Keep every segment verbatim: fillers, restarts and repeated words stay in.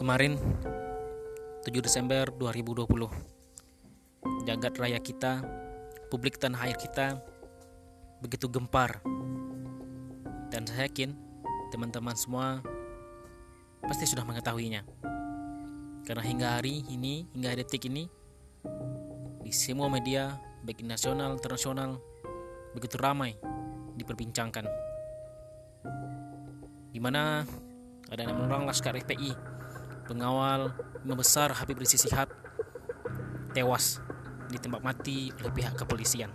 Kemarin tujuh Desember dua ribu dua puluh, jagat raya kita, publik tanah air kita begitu gempar. Dan saya yakin teman-teman semua pasti sudah mengetahuinya. Karena hingga hari ini, hingga detik ini, di semua media baik nasional, internasional begitu ramai diperbincangkan, di mana ada enam orang Laskar F P I, pengawal Imam Besar Habib Rizik Syihab, tewas ditembak mati oleh pihak kepolisian.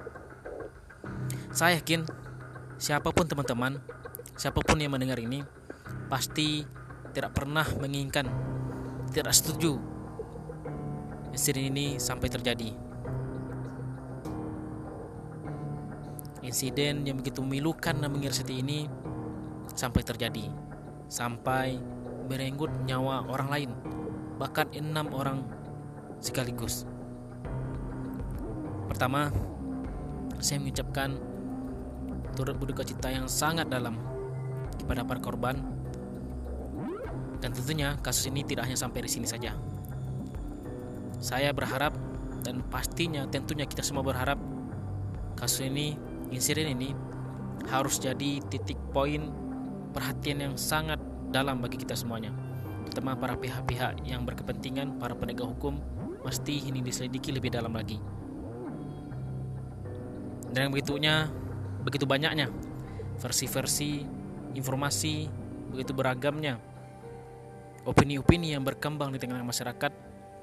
Saya yakin siapapun teman-teman, siapapun yang mendengar ini pasti tidak pernah menginginkan, tidak setuju insiden ini sampai terjadi. Insiden yang begitu memilukan dan mengiris hati ini sampai terjadi, sampai merenggut nyawa orang lain, bahkan enam orang sekaligus. Pertama, saya mengucapkan turut berduka cita yang sangat dalam kepada para korban, dan tentunya kasus ini tidak hanya sampai di sini saja. Saya berharap, dan pastinya tentunya kita semua berharap, kasus ini, insiden ini harus jadi titik poin perhatian yang sangat dalam bagi kita semuanya, terutama para pihak-pihak yang berkepentingan, para penegak hukum. Mesti ini diselidiki lebih dalam lagi. Dan yang begitunya, begitu banyaknya versi-versi informasi, begitu beragamnya opini-opini yang berkembang di tengah masyarakat.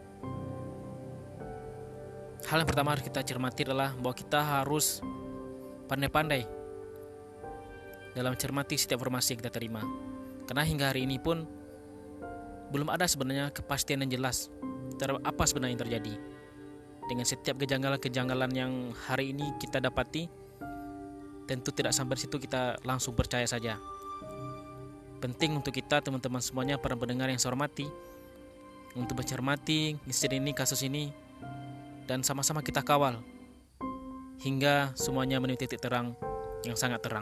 Hal yang pertama harus kita cermati adalah bahwa kita harus pandai-pandai dalam cermati setiap informasi yang kita terima. Karena hingga hari ini pun belum ada sebenarnya kepastian yang jelas terhadap apa sebenarnya yang terjadi. Dengan setiap kejanggalan-kejanggalan yang hari ini kita dapati, tentu tidak sampai situ kita langsung percaya saja. Penting untuk kita teman-teman semuanya, para pendengar yang saya hormati, untuk mencermati insiden ini, kasus ini, dan sama-sama kita kawal hingga semuanya menuju titik terang yang sangat terang.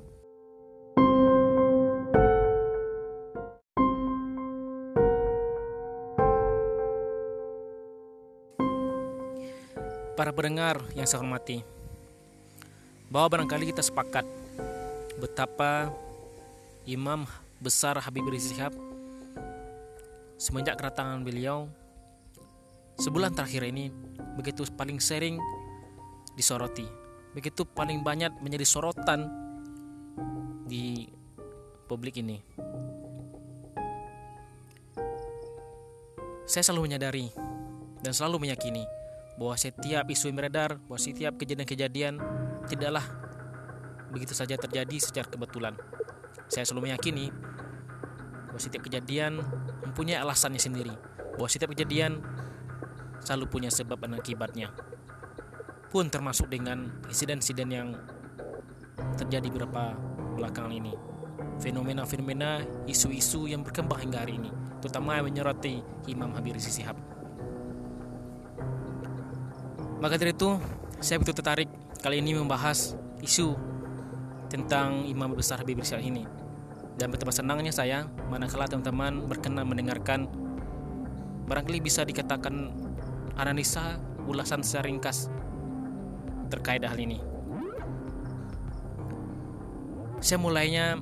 Para pendengar yang saya hormati, bahwa barangkali kita sepakat betapa Imam Besar Habib Rizik Syihab semenjak kedatangan beliau sebulan terakhir ini begitu paling sering disoroti, begitu paling banyak menjadi sorotan di publik ini. Saya selalu menyadari dan selalu meyakini bahwa setiap isu yang beredar, bahwa setiap kejadian-kejadian tidaklah begitu saja terjadi secara kebetulan. Saya selalu meyakini bahwa setiap kejadian mempunyai alasannya sendiri, bahwa setiap kejadian selalu punya sebab dan akibatnya. Pun termasuk dengan insiden-insiden yang terjadi beberapa belakangan ini, fenomena-fenomena, isu-isu yang berkembang hingga hari ini, terutama yang menyoroti Imam Habib Rizik Syihab. Maka dari itu, saya begitu tertarik kali ini membahas isu tentang Imam Besar Habib Rizik Syihab ini. Dan betapa senangnya saya manakala teman-teman berkenan mendengarkan, barangkali bisa dikatakan analisa ulasan secara ringkas terkait hal ini. Saya mulainya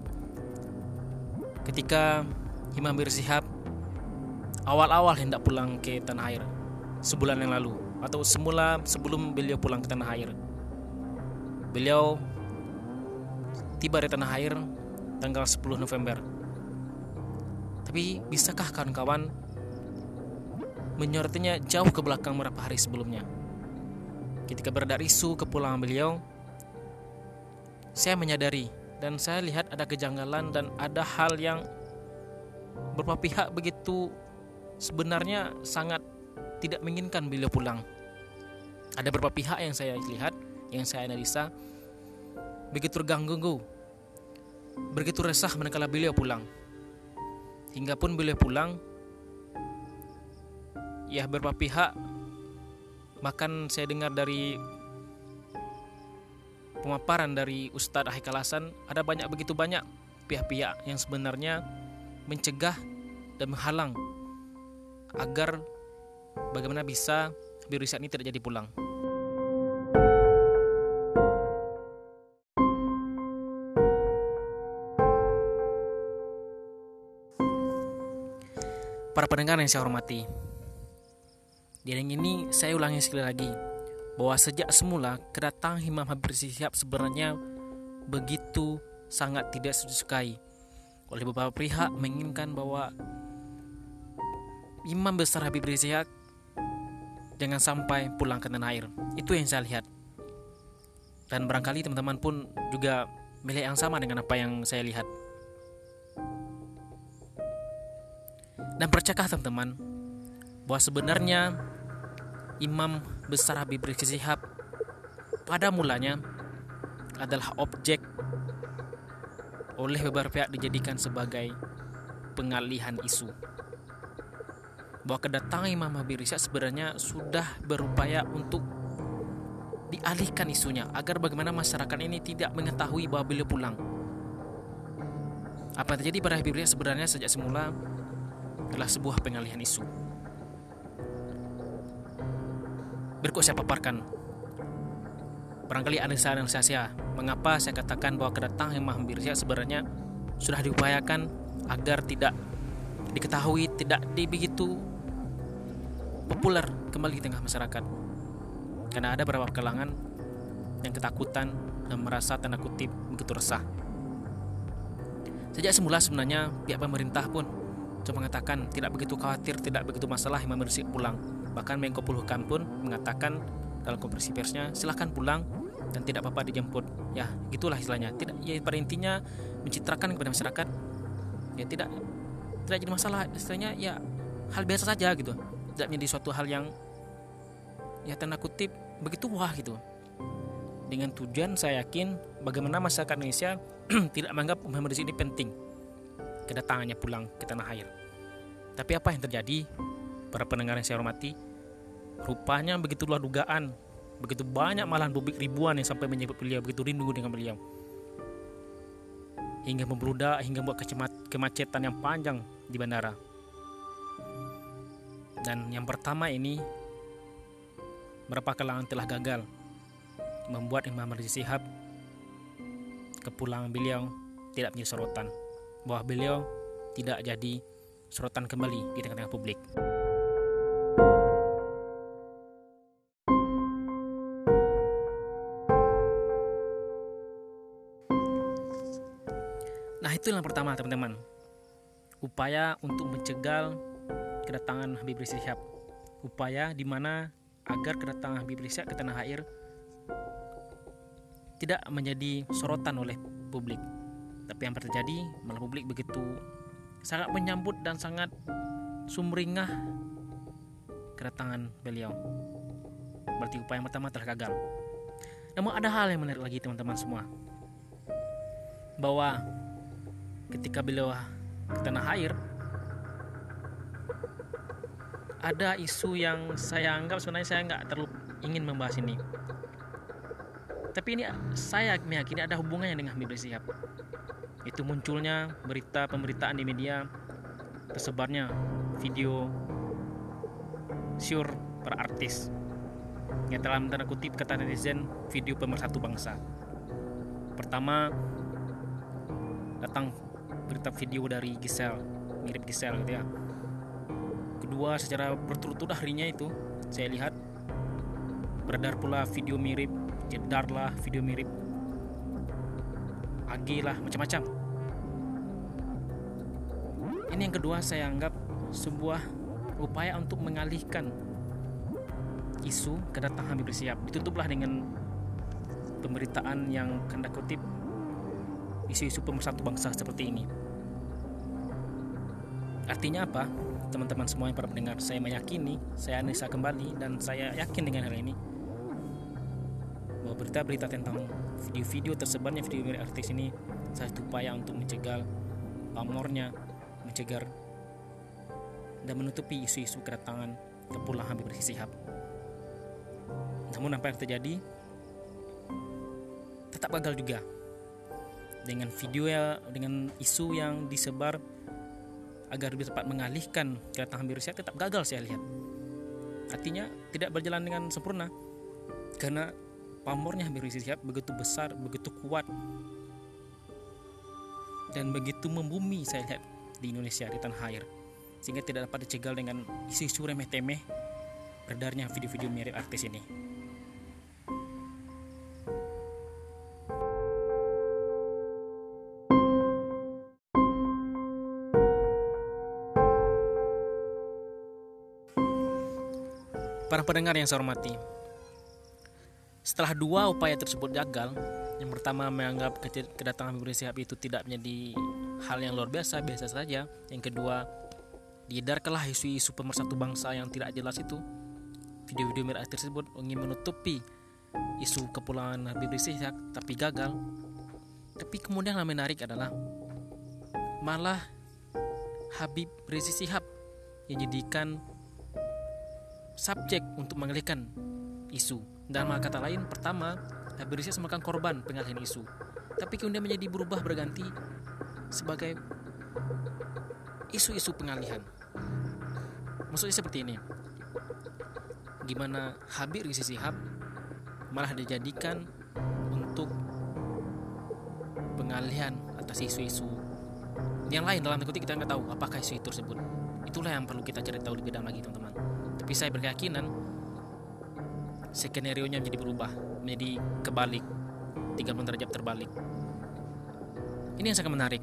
ketika Imam Rizik Syihab awal-awal hendak pulang ke tanah air sebulan yang lalu, atau semula sebelum beliau pulang ke tanah air. Beliau tiba di tanah air tanggal sepuluh November. Tapi bisakah kawan-kawan menyorotinya jauh ke belakang beberapa hari sebelumnya? Ketika beredar isu kepulangan beliau, saya menyadari dan saya lihat ada kejanggalan dan ada hal yang beberapa pihak begitu sebenarnya sangat tidak menginginkan beliau pulang. Ada beberapa pihak yang saya lihat, yang saya analisa begitu terganggu, begitu resah manakala beliau pulang. Hingga pun beliau pulang, ya beberapa pihak, bahkan saya dengar dari pemaparan dari Ustadz Haikal Hasan, ada banyak begitu banyak pihak-pihak yang sebenarnya mencegah dan menghalang agar bagaimana bisa Habib Rizik ini tidak jadi pulang. Para pendengar yang saya hormati, di yang ini saya ulangi sekali lagi bahwa sejak semula kedatangan Imam Habib Rizik Syihab sebenarnya begitu sangat tidak disukai oleh beberapa pihak, menginginkan bahwa Imam besar Habib Rizik Syihab jangan sampai pulang ke tanah air. Itu yang saya lihat, dan barangkali teman-teman pun juga melihat yang sama dengan apa yang saya lihat. Dan percakap teman-teman bahwa sebenarnya Imam besar Habib Rizik Syihab pada mulanya adalah objek oleh beberapa pihak dijadikan sebagai pengalihan isu. Bahwa kedatangan Imam Habib Rizik sebenarnya sudah berupaya untuk dialihkan isunya agar bagaimana masyarakat ini tidak mengetahui bahwa beliau pulang. Apa yang terjadi pada Habib Rizik sebenarnya sejak semula adalah sebuah pengalihan isu. Berikut saya paparkan barangkali analisa-analisa saya mengapa saya katakan bahwa kedatangan Imam Habib Rizik sebenarnya sudah diupayakan agar tidak diketahui, tidak begitu populer kembali di tengah masyarakat. Karena ada beberapa kalangan yang ketakutan dan merasa tanda kutip begitu resah. Sejak semula sebenarnya pihak pemerintah pun cuma mengatakan tidak begitu khawatir, tidak begitu masalah Imam Rizik pulang. Bahkan Menko Polhukam pun mengatakan dalam konferensi persnya, silahkan pulang dan tidak apa-apa dijemput. Ya, gitulah istilahnya. Tidak, ya pada intinya mencitrakan kepada masyarakat ya tidak tidak jadi masalah, istilahnya ya hal biasa saja gitu. Tidak menjadi suatu hal yang ya tanda kutip begitu wah gitu. Dengan tujuan saya yakin bagaimana masyarakat Indonesia tidak menganggap Imam Rizik ini penting kedatangannya pulang ke tanah air. Tapi apa yang terjadi, para pendengar yang saya hormati, rupanya begitu luar dugaan, begitu banyak malahan publik ribuan yang sampai menyebut beliau, begitu rindu dengan beliau, hingga membludak, hingga buat kemacetan yang panjang di bandara. Dan yang pertama ini, berapa kalangan telah gagal membuat Imam Rizik Syihab kepulangan beliau tidak menjadi sorotan, bahwa beliau tidak jadi sorotan kembali di tengah-tengah publik. Nah, itu yang pertama teman-teman, upaya untuk mencegah kedatangan Habib Rizik Syihab, upaya di mana agar kedatangan Habib Rizik ke tanah air tidak menjadi sorotan oleh publik. Tapi yang terjadi malah publik begitu sangat menyambut dan sangat sumringah kedatangan beliau. Berarti upaya pertama telah gagal. Namun ada hal yang menarik lagi teman-teman semua, bahwa ketika beliau ke tanah air, ada isu yang saya anggap sebenarnya saya nggak terlalu ingin membahas ini. Tapi ini saya meyakini ada hubungannya dengan Habib Rizik Syihab. Itu munculnya berita pemberitaan di media, tersebarnya video syur para artis yang dalam tanda kutip kata netizen video pemersatu bangsa. Pertama datang berita video dari Giselle, mirip Giselle gitu ya. Kedua, secara berturut-turut harinya itu saya lihat beredar pula video mirip Jedar lah, video mirip A G lah, macam-macam. Ini yang kedua saya anggap sebuah upaya untuk mengalihkan isu kedatangan Habib Rizik Syihab. Ditutuplah dengan pemberitaan yang tanda kutip isu-isu pemersatu bangsa seperti ini. Artinya apa? Teman-teman semua yang para pendengar, saya meyakini, saya analisa kembali dan saya yakin dengan hal ini, bahwa berita-berita tentang video-video tersebarnya video mirip artis ini satu upaya untuk mencegah pamornya, mencegah dan menutupi isu-isu kedatangan kepulangan Habib Rizik Syihab. Namun apa yang terjadi tetap gagal juga. Dengan video ya, dengan isu yang disebar agar lebih cepat mengalihkan kedatangan Habib Rizik tetap gagal saya lihat. Artinya tidak berjalan dengan sempurna karena pamornya Habib Rizik begitu besar, begitu kuat, dan begitu membumi saya lihat di Indonesia, di tanah air, sehingga tidak dapat dicegal dengan isu-isu remeh-temeh beredarnya video-video mirip artis ini. Para pendengar yang saya hormati, setelah dua upaya tersebut gagal, yang pertama menganggap kedatangan Habib Rizik itu tidak menjadi hal yang luar biasa, biasa saja. Yang kedua, diedarkanlah isu-isu pemersatu bangsa yang tidak jelas itu. Video-video mirip tersebut ingin menutupi isu kepulangan Habib Rizik, tapi gagal. Tapi kemudian yang menarik adalah malah Habib Rizik Syihab yang jadikan subjek untuk mengalihkan isu. Dalam kata lain, pertama Habib Rizik merupakan korban pengalihan isu, tapi kemudian menjadi berubah berganti sebagai isu-isu pengalihan. Maksudnya seperti ini, gimana Habib Rizik Syihab malah dijadikan untuk pengalihan atas isu-isu yang lain. Dalam tanda kutip kita nggak tahu apakah isu itu tersebut. Itulah yang perlu kita cari tahu lebih dalam lagi, teman-teman. Tapi saya berkeyakinan skenario-nya menjadi berubah, menjadi kebalik, tiga puluh derajat terbalik. Ini yang sangat menarik,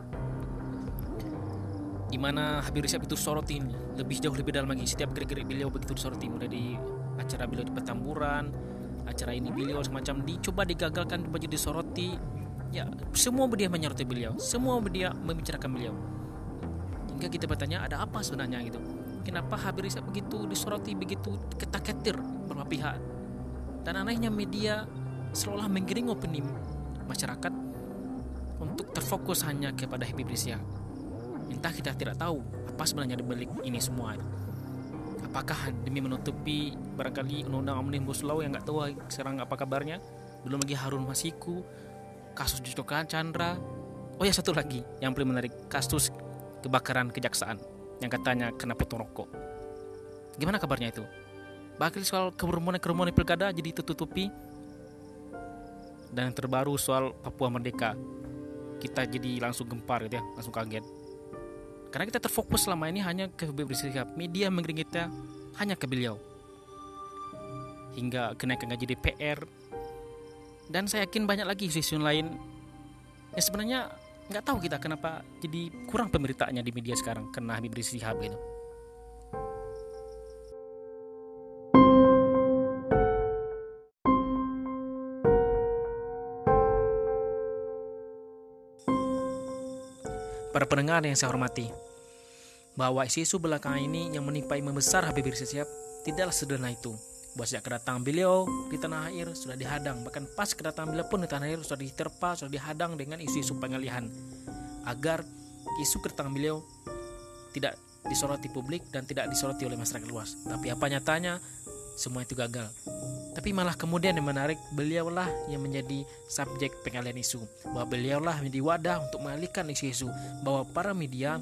di mana Habib Rizik itu sorotin lebih jauh lebih dalam lagi. Setiap gerak-gerik beliau begitu disoroti, mulai di acara beliau di Petamburan, acara ini beliau semacam dicoba digagalkan, baju disoroti. Ya, semua media menyoroti beliau, semua media membicarakan beliau. Hingga kita bertanya, ada apa sebenarnya gitu? Kenapa Habib Rizik begitu disoroti, begitu ketar-ketir beberapa pihak? Dan anehnya media seolah menggiring opini masyarakat untuk terfokus hanya kepada Habib Rizik. Entah kita tidak tahu apa sebenarnya di balik ini semua. Apakah demi menutupi barangkali undang-undang Omnibus Law yang nggak tahu sekarang apa kabarnya? Belum lagi Harun Masiku, kasus Joko Chandra. Oh ya, satu lagi yang paling menarik, kasus kebakaran kejaksaan yang katanya kena potong rokok. Gimana kabarnya itu? Bahkan soal kerumunan-kerumunan pilkada jadi tertutupi. Dan yang terbaru soal Papua Merdeka, kita jadi langsung gempar gitu ya, langsung kaget. Karena kita terfokus selama ini hanya ke Habib Rizik Syihab. Media mengiring kita hanya ke beliau. Hingga kenaikan gaji D P R. Dan saya yakin banyak lagi isu-isu lain yang sebenarnya nggak tahu kita kenapa jadi kurang pemberitaannya di media sekarang kena Habib Rizik Syihab gitu. Para pendengar yang saya hormati, bahwa isu-isu belakangan ini yang menimpa imam besar Habib Rizik Syihab tidaklah sederhana itu. Bahwa sejak kedatangan beliau di tanah air sudah dihadang, bahkan pas kedatangan beliau pun di tanah air sudah diterpa, sudah dihadang dengan isu-isu pengalihan, agar isu kedatangan beliau tidak disoroti publik dan tidak disoroti oleh masyarakat luas. Tapi apa nyatanya, semua itu gagal. Tapi malah kemudian yang menarik, beliaulah yang menjadi subjek pengalihan isu, bahwa beliaulah menjadi wadah untuk mengalihkan isu-isu, bahwa para media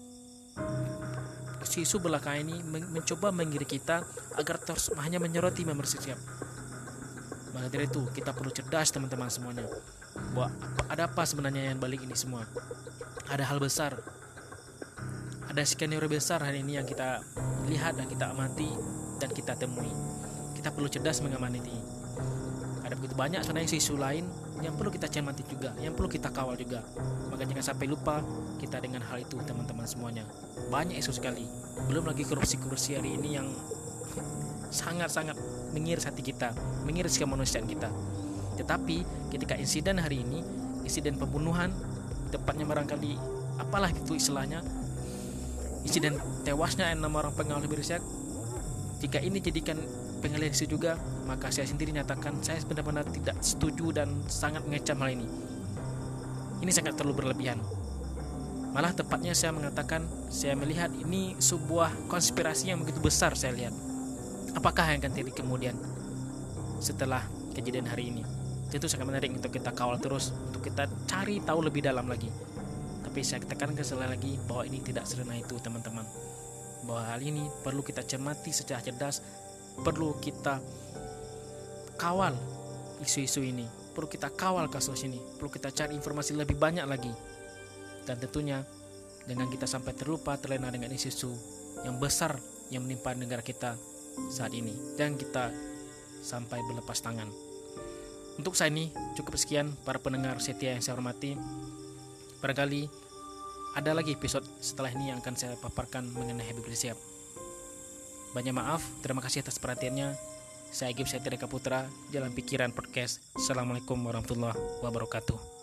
isu-isu belakangan ini mencoba mengiring kita agar terus hanya menyoroti Habib Rizik Syihab. Maka dari itu kita perlu cerdas teman-teman semuanya, bahwa ada apa sebenarnya yang balik ini semua. Ada hal besar, ada skenario besar hari ini yang kita lihat dan kita amati dan kita temui. Kita perlu cerdas mengamati ini. Ada begitu banyak sebenarnya isu-isu lain yang perlu kita cermati juga, yang perlu kita kawal juga. Maka jangan sampai lupa kita dengan hal itu teman-teman semuanya. Banyak isu sekali. Belum lagi korupsi-korupsi hari ini yang sangat-sangat mengiris hati kita, mengiris kemanusiaan kita. Tetapi ketika insiden hari ini, insiden pembunuhan, tepatnya barangkali apalah itu istilahnya, insiden tewasnya enam orang pengawal Habib Rizik, jika ini jadikan pengalihan isu juga, maka saya sendiri nyatakan saya benar-benar tidak setuju dan sangat mengecam hal ini. Ini sangat terlalu berlebihan. Malah tepatnya saya mengatakan, saya melihat ini sebuah konspirasi yang begitu besar saya lihat. Apakah yang akan terjadi kemudian setelah kejadian hari ini? Itu sangat menarik untuk kita kawal terus, untuk kita cari tahu lebih dalam lagi. Tapi saya tekankan sekali lagi bahwa ini tidak sederhana itu teman-teman. Bahwa hal ini perlu kita cermati secara cerdas, perlu kita kawal isu-isu ini, perlu kita kawal kasus ini, perlu kita cari informasi lebih banyak lagi. Dan tentunya dengan kita sampai terlupa terlena dengan isu-isu yang besar yang menimpa negara kita saat ini, dan kita sampai berlepas tangan. Untuk saya ini cukup sekian para pendengar setia yang saya hormati. Barangkali ada lagi episode setelah ini yang akan saya paparkan mengenai Habib Rizik Syihab. Banyak maaf, terima kasih atas perhatiannya. Saya Gib Setia Eka Putra, Jalan Pikiran Podcast. Assalamualaikum warahmatullahi wabarakatuh.